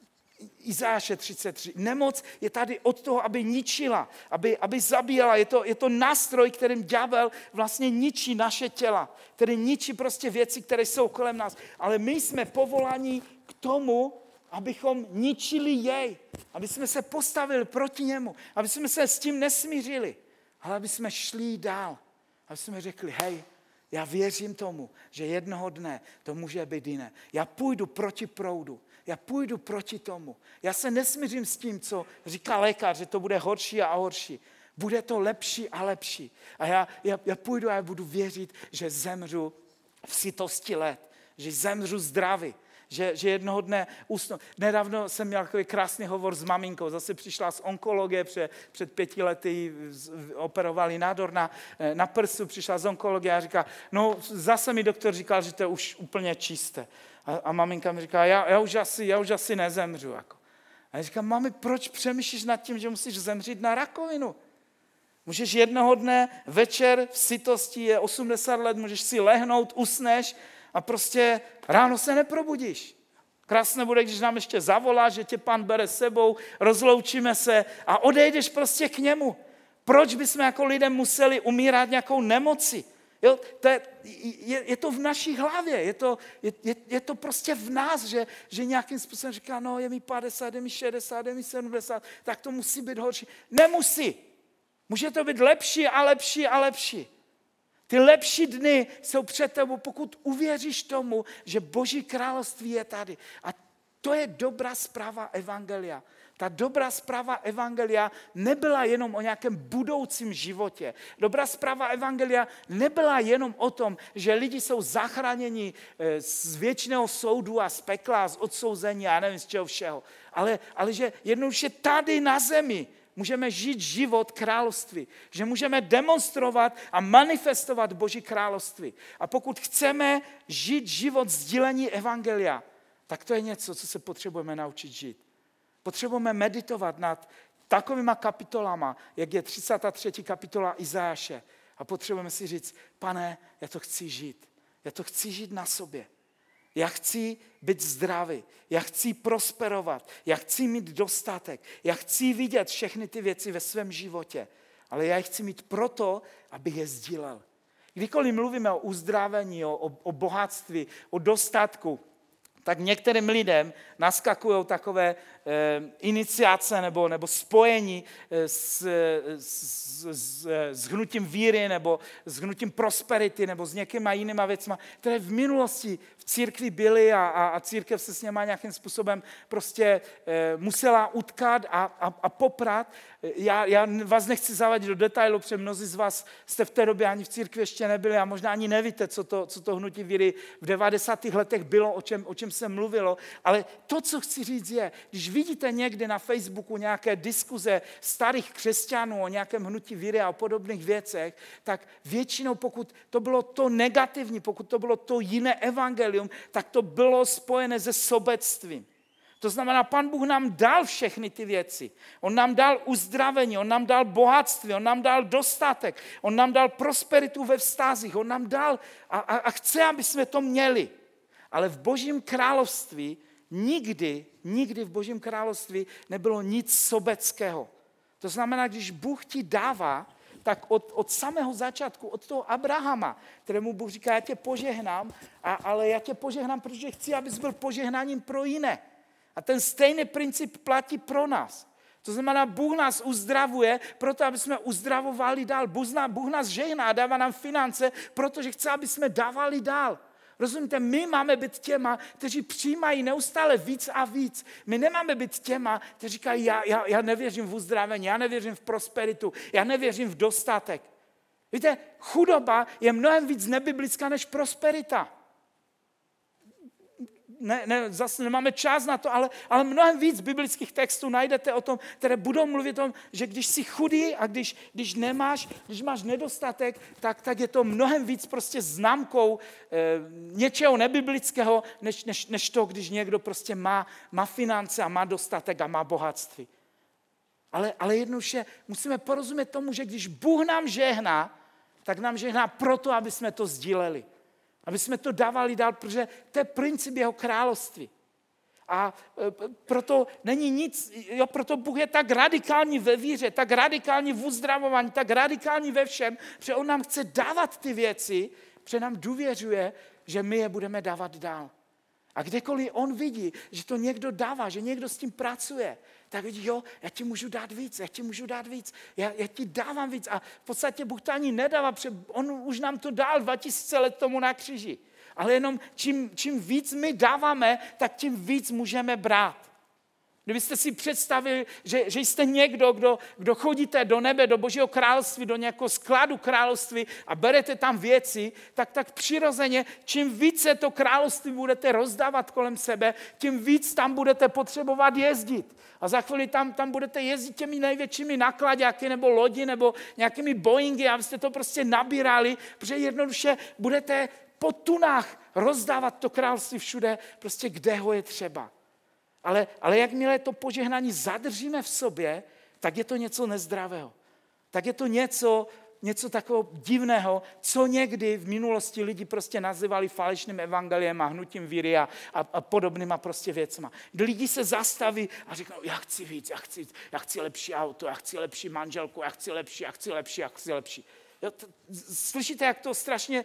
S1: Izajáše 33. Nemoc je tady od toho, aby ničila, aby zabíjela. Je to nástroj, kterým ďábel vlastně ničí naše těla, který ničí prostě věci, které jsou kolem nás. Ale my jsme povoláni k tomu, abychom ničili jej, aby jsme se postavili proti němu, aby jsme se s tím nesmířili, ale aby jsme šli dál, aby jsme řekli, hej, já věřím tomu, že jednoho dne to může být jiné. Já půjdu proti proudu. Já půjdu proti tomu. Já se nesmířím s tím, co říká lékař, že to bude horší a horší. Bude to lepší a lepší. A já půjdu a já budu věřit, že zemřu v sytosti let. Že zemřu zdravý. Že jednoho dne usnu. Nedávno jsem měl takový krásný hovor s maminkou. Zase přišla z onkologie, před 5 lety operovali nádor na prsu, přišla z onkologie a říká, no zase mi doktor říkal, že to je už úplně čisté. A maminka mi říká, já už asi nezemřu. Jako. A já říkám, mami, proč přemýšlíš nad tím, že musíš zemřít na rakovinu? Můžeš jednoho dne večer v sytosti, je 80 let, můžeš si lehnout, usneš a prostě ráno se neprobudíš. Krásné bude, když nám ještě zavolá, že tě Pán bere s sebou, rozloučíme se a odejdeš prostě k němu. Proč bychom jako lidé museli umírat nějakou nemoci? Jo, je to v naší hlavě, je to prostě v nás, že nějakým způsobem říká, no je mi 50, je mi 60, je mi 70, tak to musí být horší. Nemusí. Může to být lepší a lepší a lepší. Ty lepší dny jsou před tebou, pokud uvěříš tomu, že Boží království je tady. A to je dobrá zpráva evangelia. Ta dobrá zpráva evangelia nebyla jenom o nějakém budoucím životě. Dobrá zpráva evangelia nebyla jenom o tom, že lidi jsou zachráněni z věčného soudu a z pekla, z odsouzení a nevím z čeho všeho. Ale že jednoduše tady na zemi můžeme žít život království, že můžeme demonstrovat a manifestovat Boží království. A pokud chceme žít život sdílení evangelia, tak to je něco, co se potřebujeme naučit žít. Potřebujeme meditovat nad takovýma kapitolama, jak je 33. kapitola Izajáše. A potřebujeme si říct, Pane, já to chci žít. Já to chci žít na sobě. Já chci být zdravý, já chci prosperovat, já chci mít dostatek, já chci vidět všechny ty věci ve svém životě, ale já je chci mít proto, abych je sdílel. Kdykoliv mluvíme o uzdravení, o bohatství, o dostatku, tak některým lidem naskakují takové iniciace nebo spojení s hnutím víry nebo s hnutím prosperity nebo s někýma jinýma věcma, které v minulosti v církvi byly a církev se s něma nějakým způsobem prostě musela utkat a poprat. Já vás nechci zavadit do detailu, protože mnozí z vás jste v té době ani v církvi ještě nebyli a možná ani nevíte, co to hnutí víry v 90. letech bylo, o čem se mluvilo, ale to, co chci říct je, když vidíte někdy na Facebooku nějaké diskuze starých křesťanů o nějakém hnutí víry a o podobných věcech, tak většinou, pokud to bylo to negativní, pokud to bylo to jiné evangelium, tak to bylo spojené se sobectvím. To znamená, Pan Bůh nám dal všechny ty věci. On nám dal uzdravení, on nám dal bohatství, on nám dal dostatek, on nám dal prosperitu ve vztazích, on nám dal a chce, aby jsme to měli. Ale v Božím království nikdy v Božím království nebylo nic sobeckého. To znamená, když Bůh ti dává, tak od samého začátku, od toho Abrahama, kterému Bůh říká, já tě požehnám, ale já tě požehnám, protože chci, abys byl požehnáním pro jiné. A ten stejný princip platí pro nás. To znamená, Bůh nás uzdravuje, proto aby jsme uzdravovali dál. Bůh nás žehná, dává nám finance, protože chce, aby jsme dávali dál. Rozumíte, my máme být těma, kteří přijímají neustále víc a víc. My nemáme být těma, kteří říkají, já nevěřím v uzdravení, já nevěřím v prosperitu, já nevěřím v dostatek. Víte, chudoba je mnohem víc nebiblická než prosperita. Zase nemáme čas na to, ale mnohem víc biblických textů najdete o tom, které budou mluvit o tom, že když jsi chudý a když máš nedostatek, tak je to mnohem víc prostě známkou něčeho nebiblického, než to, když někdo prostě má finance a má dostatek a má bohatství. Ale jednoduše musíme porozumět tomu, že když Bůh nám žehná, tak nám žehná proto, aby jsme to sdíleli. Aby jsme to dávali dál, protože to je princip jeho království. A proto není nic, proto Bůh je tak radikální ve víře, tak radikální v uzdravování, tak radikální ve všem, že on nám chce dávat ty věci, protože nám důvěřuje, že my je budeme dávat dál. A kdekoliv on vidí, že to někdo dává, že někdo s tím pracuje, tak vidí, jo, já ti můžu dát víc, já ti dávám víc. A v podstatě Bůh to ani nedává, protože on už nám to dal 2000 let tomu na kříži. Ale jenom čím víc my dáváme, tak tím víc můžeme brát. Kdybyste si představili, že jste někdo, kdo chodíte do nebe, do Božího království, do nějakého skladu království a berete tam věci, tak přirozeně, čím více to království budete rozdávat kolem sebe, tím víc tam budete potřebovat jezdit. A za chvíli tam budete jezdit těmi největšími náklaďáky nebo lodi nebo nějakými Boeingy, abyste to prostě nabírali, protože jednoduše budete po tunách rozdávat to království všude, prostě kde ho je třeba. Ale jakmile to požehnání zadržíme v sobě, tak je to něco nezdravého. Tak je to něco takového divného, co někdy v minulosti lidi prostě nazývali falešným evangeliem a hnutím víry a podobnýma prostě věcma. Kdy lidi se zastaví a řeknou, já chci víc, já chci lepší auto, já chci lepší manželku, já chci lepší. Slyšíte, jak to strašně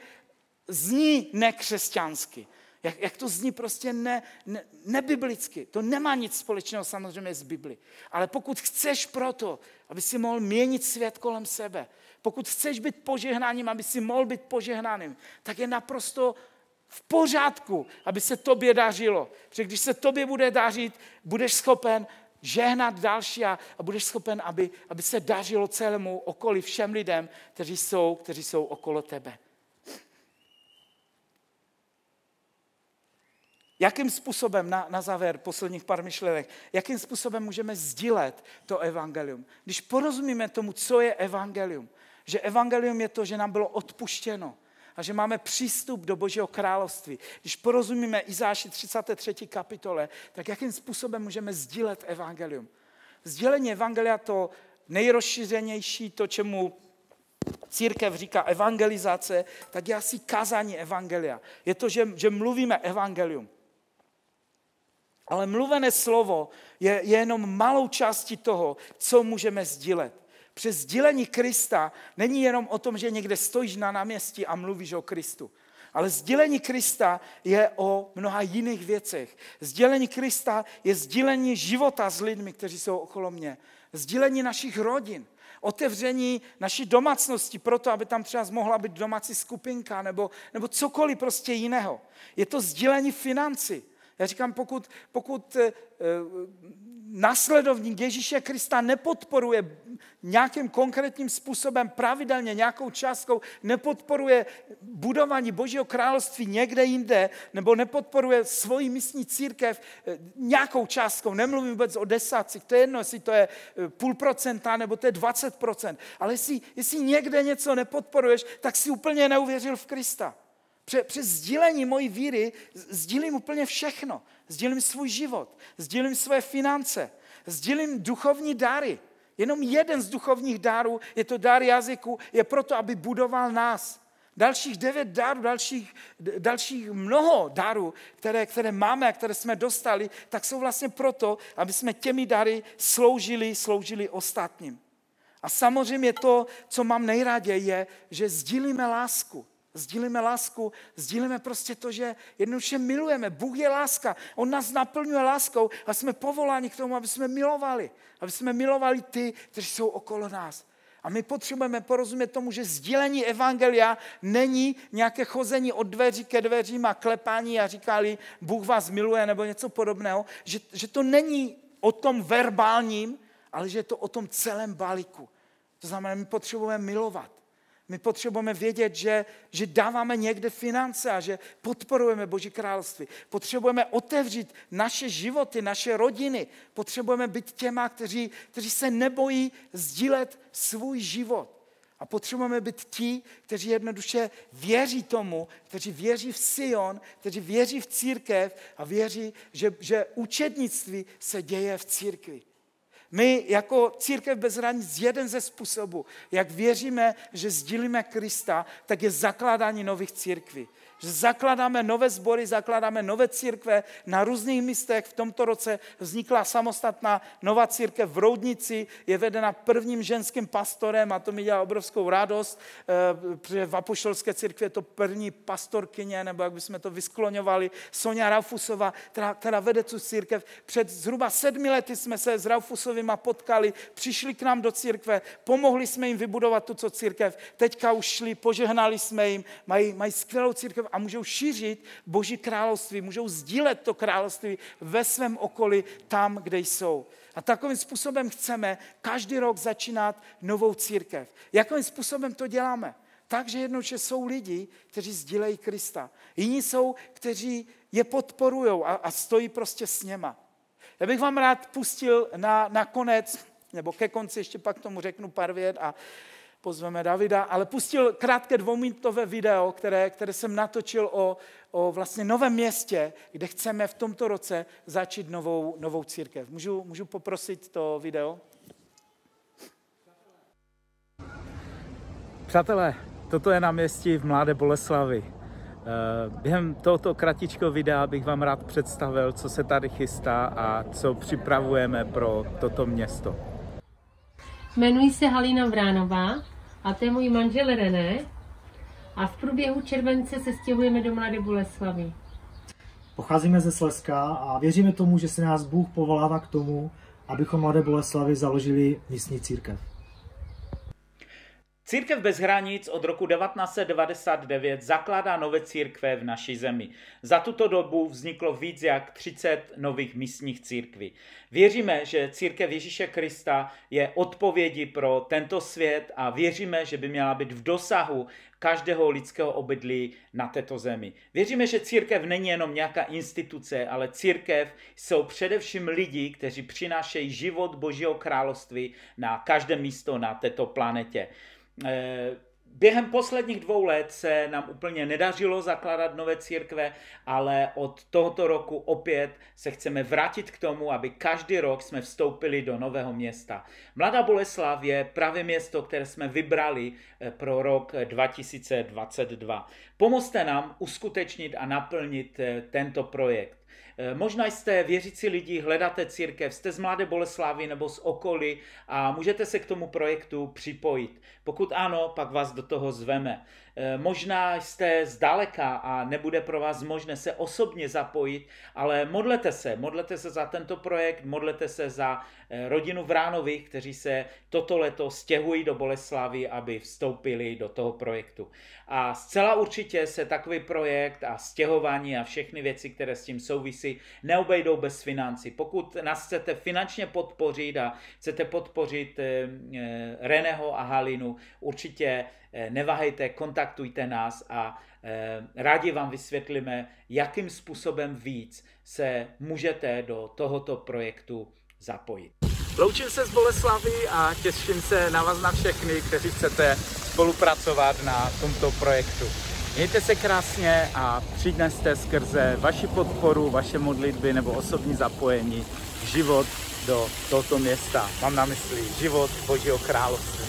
S1: zní nekřesťansky. Jak to zní prostě nebiblicky. To nemá nic společného samozřejmě s Biblí. Ale pokud chceš proto, aby si mohl měnit svět kolem sebe, pokud chceš být požehnáním, aby si mohl být požehnaným, tak je naprosto v pořádku, aby se tobě dařilo. Protože když se tobě bude dařit, budeš schopen žehnat další a budeš schopen, aby se dařilo celému okolí, všem lidem, kteří jsou okolo tebe. Jakým způsobem, na závěr posledních pár myšlenek, jakým způsobem můžeme sdílet to evangelium? Když porozumíme tomu, co je evangelium, že evangelium je to, že nám bylo odpuštěno a že máme přístup do Božího království. Když porozumíme Izáši 33. kapitole, tak jakým způsobem můžeme sdílet evangelium? Sdílení evangelia to nejrozšířenější, to, čemu církev říká evangelizace, tak je asi kázání evangelia. Je to, že mluvíme evangelium. Ale mluvené slovo je jenom malou částí toho, co můžeme sdílet. Přes sdílení Krista není jenom o tom, že někde stojíš na náměstí a mluvíš o Kristu. Ale sdílení Krista je o mnoha jiných věcech. Sdílení Krista je sdílení života s lidmi, kteří jsou okolo mě. Sdílení našich rodin. Otevření naší domácnosti proto, aby tam třeba mohla být domácí skupinka nebo cokoliv prostě jiného. Je to sdílení financí. Já říkám, pokud následovník Ježíše Krista nepodporuje nějakým konkrétním způsobem, pravidelně nějakou částkou, nepodporuje budování Božího království někde jinde, nebo nepodporuje svoji místní církev nějakou částkou, nemluvím vůbec o desátcích, to je jedno, jestli to je 0,5% nebo to je 20%, ale jestli někde něco nepodporuješ, tak si úplně neuvěřil v Krista. Přes sdílení mojí víry sdílím úplně všechno. Sdílím svůj život, sdílím své finance, sdílím duchovní dary. Jenom jeden z duchovních dárů, je to dar jazyku, je proto, aby budoval nás. Dalších 9 dárů, dalších mnoho dárů, které máme a které jsme dostali, tak jsou vlastně proto, aby jsme těmi dary sloužili ostatním. A samozřejmě to, co mám nejraději, je, že sdílíme lásku. Sdílíme prostě to, že jednoduše milujeme. Bůh je láska, on nás naplňuje láskou a jsme povoláni k tomu, aby jsme milovali ty, kteří jsou okolo nás. A my potřebujeme porozumět tomu, že sdílení evangelia není nějaké chození od dveří ke dveřím a klepání a říkali, Bůh vás miluje nebo něco podobného, že to není o tom verbálním, ale že je to o tom celém balíku. To znamená, my potřebujeme milovat. My potřebujeme vědět, že dáváme někde finance a že podporujeme Boží království. Potřebujeme otevřít naše životy, naše rodiny. Potřebujeme být těma, kteří se nebojí sdílet svůj život. A potřebujeme být ti, kteří jednoduše věří tomu, kteří věří v Sion, kteří věří v církev a věří, že učednictví se děje v církvi. My jako Církev bez hranic, jeden ze způsobů, jak věříme, že sdílíme Krista, tak je zakládání nových církví. Že zakládáme nové sbory, zakládáme nové církve na různých místech. V tomto roce vznikla samostatná nová církev v Roudnici, je vedena prvním ženským pastorem a to mi dělá obrovskou radost, protože v apoštolské církvi je to první pastorkyně, nebo jak bychom to vyskloňovali, Sonja Raufusová, která vede tu církev. Před zhruba 7 lety jsme se s Raufusovýma potkali, přišli k nám do církve, pomohli jsme jim vybudovat tuto církev, teďka už šli, požehnali jsme jim, mají skvělou církev a můžou šířit Boží království, můžou sdílet to království ve svém okolí tam, kde jsou. A takovým způsobem chceme každý rok začínat novou církev. Jakým způsobem to děláme? Takže jednoduše jsou lidi, kteří sdílejí Krista. Jiní jsou, kteří je podporujou a stojí prostě s něma. Já bych vám rád pustil na konec, nebo ke konci, ještě pak tomu řeknu pár vět a pozveme Davida, ale pustil krátké 2minutové video, které jsem natočil o vlastně novém městě, kde chceme v tomto roce začít novou církev. Můžu poprosit to video? Přátelé, toto je náměstí v Mladé Boleslavi. Během tohoto kratičkého videa bych vám rád představil, co se tady chystá a co připravujeme pro toto město.
S2: Jmenuji se Halina Vránová a to je můj manžel René a v průběhu července se stěhujeme do Mladé Boleslavy.
S3: Pocházíme ze Slezska a věříme tomu, že se nás Bůh povolává k tomu, abychom Mladé Boleslavi založili místní církev.
S1: Církev bez hranic od roku 1999 zakládá nové církve v naší zemi. Za tuto dobu vzniklo víc jak 30 nových místních církví. Věříme, že církev Ježíše Krista je odpovědí pro tento svět a věříme, že by měla být v dosahu každého lidského obydlí na této zemi. Věříme, že církev není jenom nějaká instituce, ale církev jsou především lidi, kteří přinášejí život Božího království na každé místo na této planetě. Během posledních 2 let se nám úplně nedařilo zakládat nové církve, ale od tohoto roku opět se chceme vrátit k tomu, aby každý rok jsme vstoupili do nového města. Mladá Boleslav je právě město, které jsme vybrali pro rok 2022. Pomozte nám uskutečnit a naplnit tento projekt. Možná jste věřící lidi, hledáte církev, jste z Mladé Boleslavy nebo z okolí a můžete se k tomu projektu připojit. Pokud ano, pak vás do toho zveme. Možná jste zdaleka a nebude pro vás možné se osobně zapojit, ale modlete se za tento projekt, modlete se za rodinu Vránových, kteří se toto leto stěhují do Boleslavy, aby vstoupili do toho projektu. A zcela určitě se takový projekt a stěhování a všechny věci, které s tím souvisí, neobejdou bez financí. Pokud nás chcete finančně podpořit a chcete podpořit Reného a Halinu, určitě neváhejte, kontaktujte nás a rádi vám vysvětlíme, jakým způsobem víc se můžete do tohoto projektu zapojit. Loučím se z Boleslavy a těším se na vás na všechny, kteří chcete spolupracovat na tomto projektu. Mějte se krásně a přineste skrze vaši podporu, vaše modlitby nebo osobní zapojení život do tohoto města. Mám na mysli život Božího království.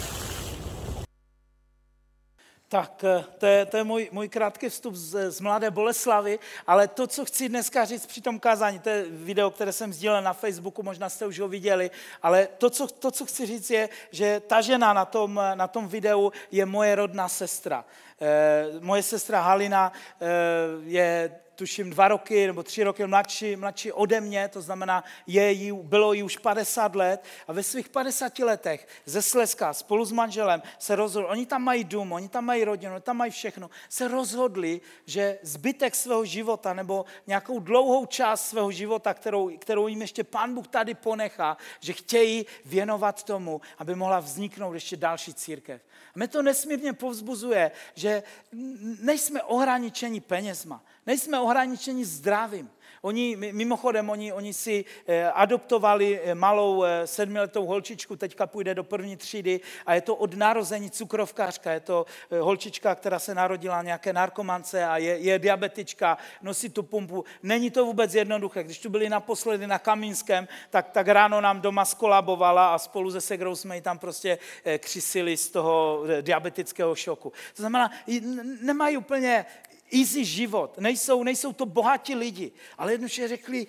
S4: Tak, to je můj krátký vstup z Mladé Boleslavy, ale to, co chci dneska říct při tom kázání, to je video, které jsem sdílel na Facebooku, možná jste už ho viděli, ale to, co chci říct je, že ta žena na tom videu je moje rodná sestra. Moje sestra Halina je tuším 2 roky nebo 3 roky mladší ode mě, to znamená, bylo jí už 50 let a ve svých 50 letech ze Slezska spolu s manželem se rozhodli, oni tam mají dům, oni tam mají rodinu, oni tam mají všechno, se rozhodli, že zbytek svého života nebo nějakou dlouhou část svého života, kterou jim ještě Pán Bůh tady ponechá, že chtějí věnovat tomu, aby mohla vzniknout ještě další církev. A mě to nesmírně povzbuzuje, že nejsme ohraničeni penězma, nejsme ohraničeni zdravím. Mimochodem, oni si adoptovali malou 7letou holčičku, teďka půjde do 1. třídy a je to od narození cukrovkářka. Je to holčička, která se narodila nějaké narkomance a je diabetička, nosí tu pumpu. Není to vůbec jednoduché. Když tu byli naposledy na Kamínském, tak ráno nám doma skolabovala a spolu se segrou jsme ji tam prostě křisili z toho diabetického šoku. To znamená, nemají úplně easy život, nejsou to bohatí lidi, ale jednoduše řekli,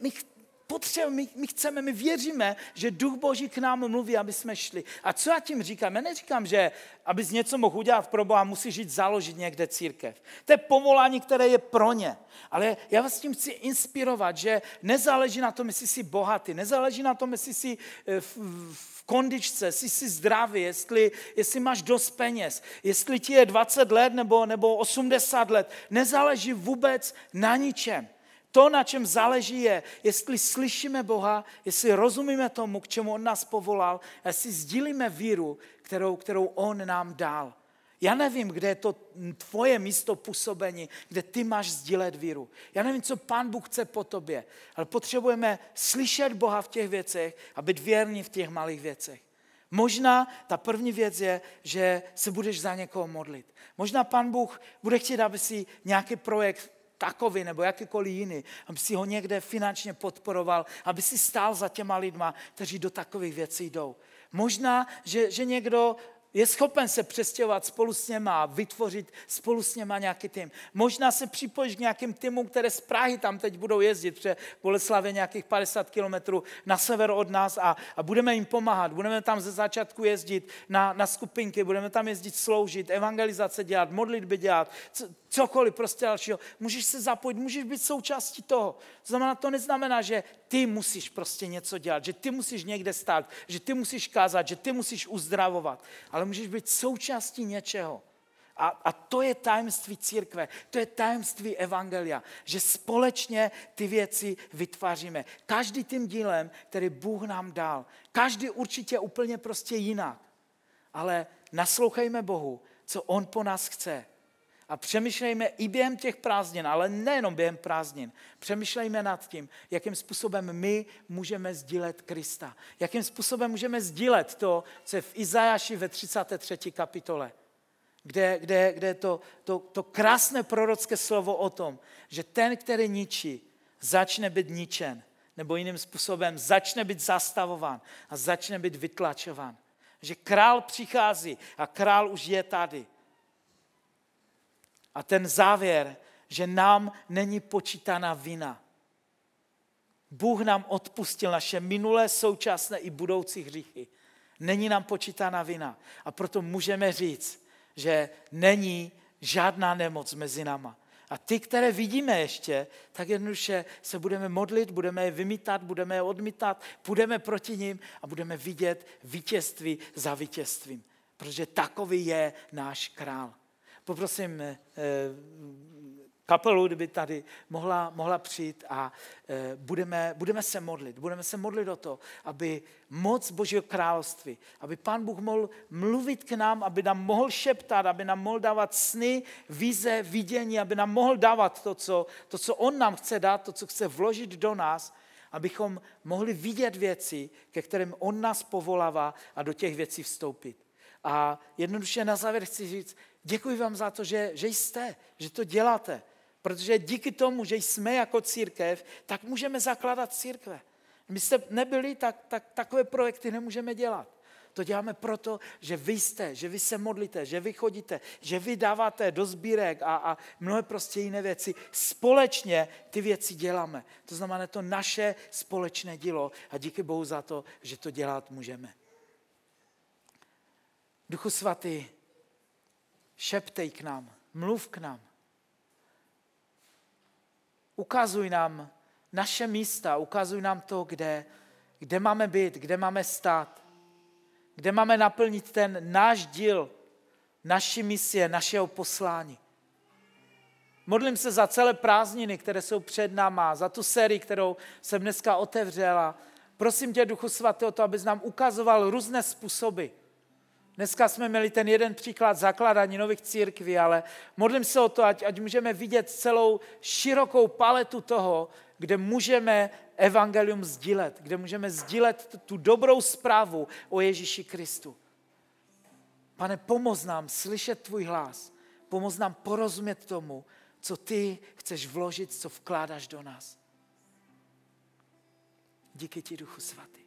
S4: my chceme, my věříme, že Duch Boží k nám mluví, aby jsme šli. A co já tím říkám? Já neříkám, že abys něco mohl udělat pro Boha, musíš jít založit někde církev. To je povolání, které je pro ně. Ale já vás tím chci inspirovat, že nezáleží na tom, jestli jsi bohatý, nezáleží na tom, jestli jsi v kondičce, jestli jsi zdravý, jestli máš dost peněz, jestli ti je 20 let nebo 80 let, nezáleží vůbec na ničem. To, na čem záleží, je, jestli slyšíme Boha, jestli rozumíme tomu, k čemu on nás povolal, jestli sdílíme víru, kterou on nám dal. Já nevím, kde je to tvoje místo působení, kde ty máš sdílet víru. Já nevím, co Pán Bůh chce po tobě, ale potřebujeme slyšet Boha v těch věcech a být věrní v těch malých věcech. Možná ta první věc je, že se budeš za někoho modlit. Možná Pán Bůh bude chtít, aby si nějaký projekt takový nebo jakýkoliv jiný, aby si ho někde finančně podporoval, aby si stál za těma lidma, kteří do takových věcí jdou. Možná, že někdo je schopen se přestěhovat spolu s něma a vytvořit spolu s něma nějaký tým. Možná se připojíš k nějakým týmům, které z Prahy tam teď budou jezdit, protože Boleslav je nějakých 50 kilometrů na sever od nás a budeme jim pomáhat. Budeme tam ze začátku jezdit na skupinky, budeme tam jezdit sloužit, evangelizace dělat, modlitby dělat, cokoliv prostě dalšího. Můžeš se zapojit, můžeš být součástí toho. To neznamená, že ty musíš prostě něco dělat, že ty musíš někde stát, že ty musíš kázat, že ty musíš uzdravovat. Ale
S1: ale můžeš být součástí něčeho. A to je tajemství církve, to je tajemství evangelia, že společně ty věci vytváříme. Každý tím dílem, který Bůh nám dal. Každý určitě úplně prostě jinak. Ale naslouchejme Bohu, co on po nás chce. A přemýšlejme i během těch prázdnin, ale nejenom během prázdnin. Přemýšlejme nad tím, jakým způsobem my můžeme sdílet Krista. Jakým způsobem můžeme sdílet to, co je v Izajáši ve 33. kapitole. Kde je to krásné prorocké slovo o tom, že ten, který ničí, začne být ničen. Nebo jiným způsobem začne být zastavován a začne být vytlačován. Že král přichází a král už je tady. A ten závěr, že nám není počítána vina. Bůh nám odpustil naše minulé, současné i budoucí hříchy. Není nám počítána vina. A proto můžeme říct, že není žádná nemoc mezi náma. A ty, které vidíme ještě, tak jednoduše se budeme modlit, budeme je vymítat, budeme je odmítat, půjdeme proti nim a budeme vidět vítězství za vítězstvím. Protože takový je náš král. Poprosím kapelu, kdyby tady mohla přijít a budeme se modlit. Budeme se modlit o to, aby moc Božího království, aby Pán Bůh mohl mluvit k nám, aby nám mohl šeptat, aby nám mohl dávat sny, vize, vidění, aby nám mohl dávat to, co on nám chce dát, to, co chce vložit do nás, abychom mohli vidět věci, ke kterým on nás povolává a do těch věcí vstoupit. A jednoduše na závěr chci říct, děkuji vám za to, že jste, že to děláte. Protože díky tomu, že jsme jako církev, tak můžeme zakládat církve. Kdybyste nebyli, tak takové projekty nemůžeme dělat. To děláme proto, že vy jste, že vy se modlíte, že vy chodíte, že vy dáváte do sbírek a mnohé prostě jiné věci. Společně ty věci děláme. To znamená to naše společné dílo a díky Bohu za to, že to dělat můžeme. Duchu svatý, šeptej k nám, mluv k nám. Ukazuj nám naše místa, ukazuj nám to, kde máme být, kde máme stát, kde máme naplnit ten náš díl, naši misie, našeho poslání. Modlím se za celé prázdniny, které jsou před náma, za tu sérii, kterou jsem dneska otevřela. Prosím tě, Duchu svatý, o to, abys nám ukazoval různé způsoby. Dneska jsme měli ten jeden příklad zakládání nových církví, ale modlím se o to, ať můžeme vidět celou širokou paletu toho, kde můžeme evangelium sdílet, kde můžeme sdílet tu dobrou zprávu o Ježíši Kristu. Pane, pomoz nám slyšet tvůj hlas, pomoz nám porozumět tomu, co ty chceš vložit, co vkládáš do nás. Díky ti, Duchu svatý.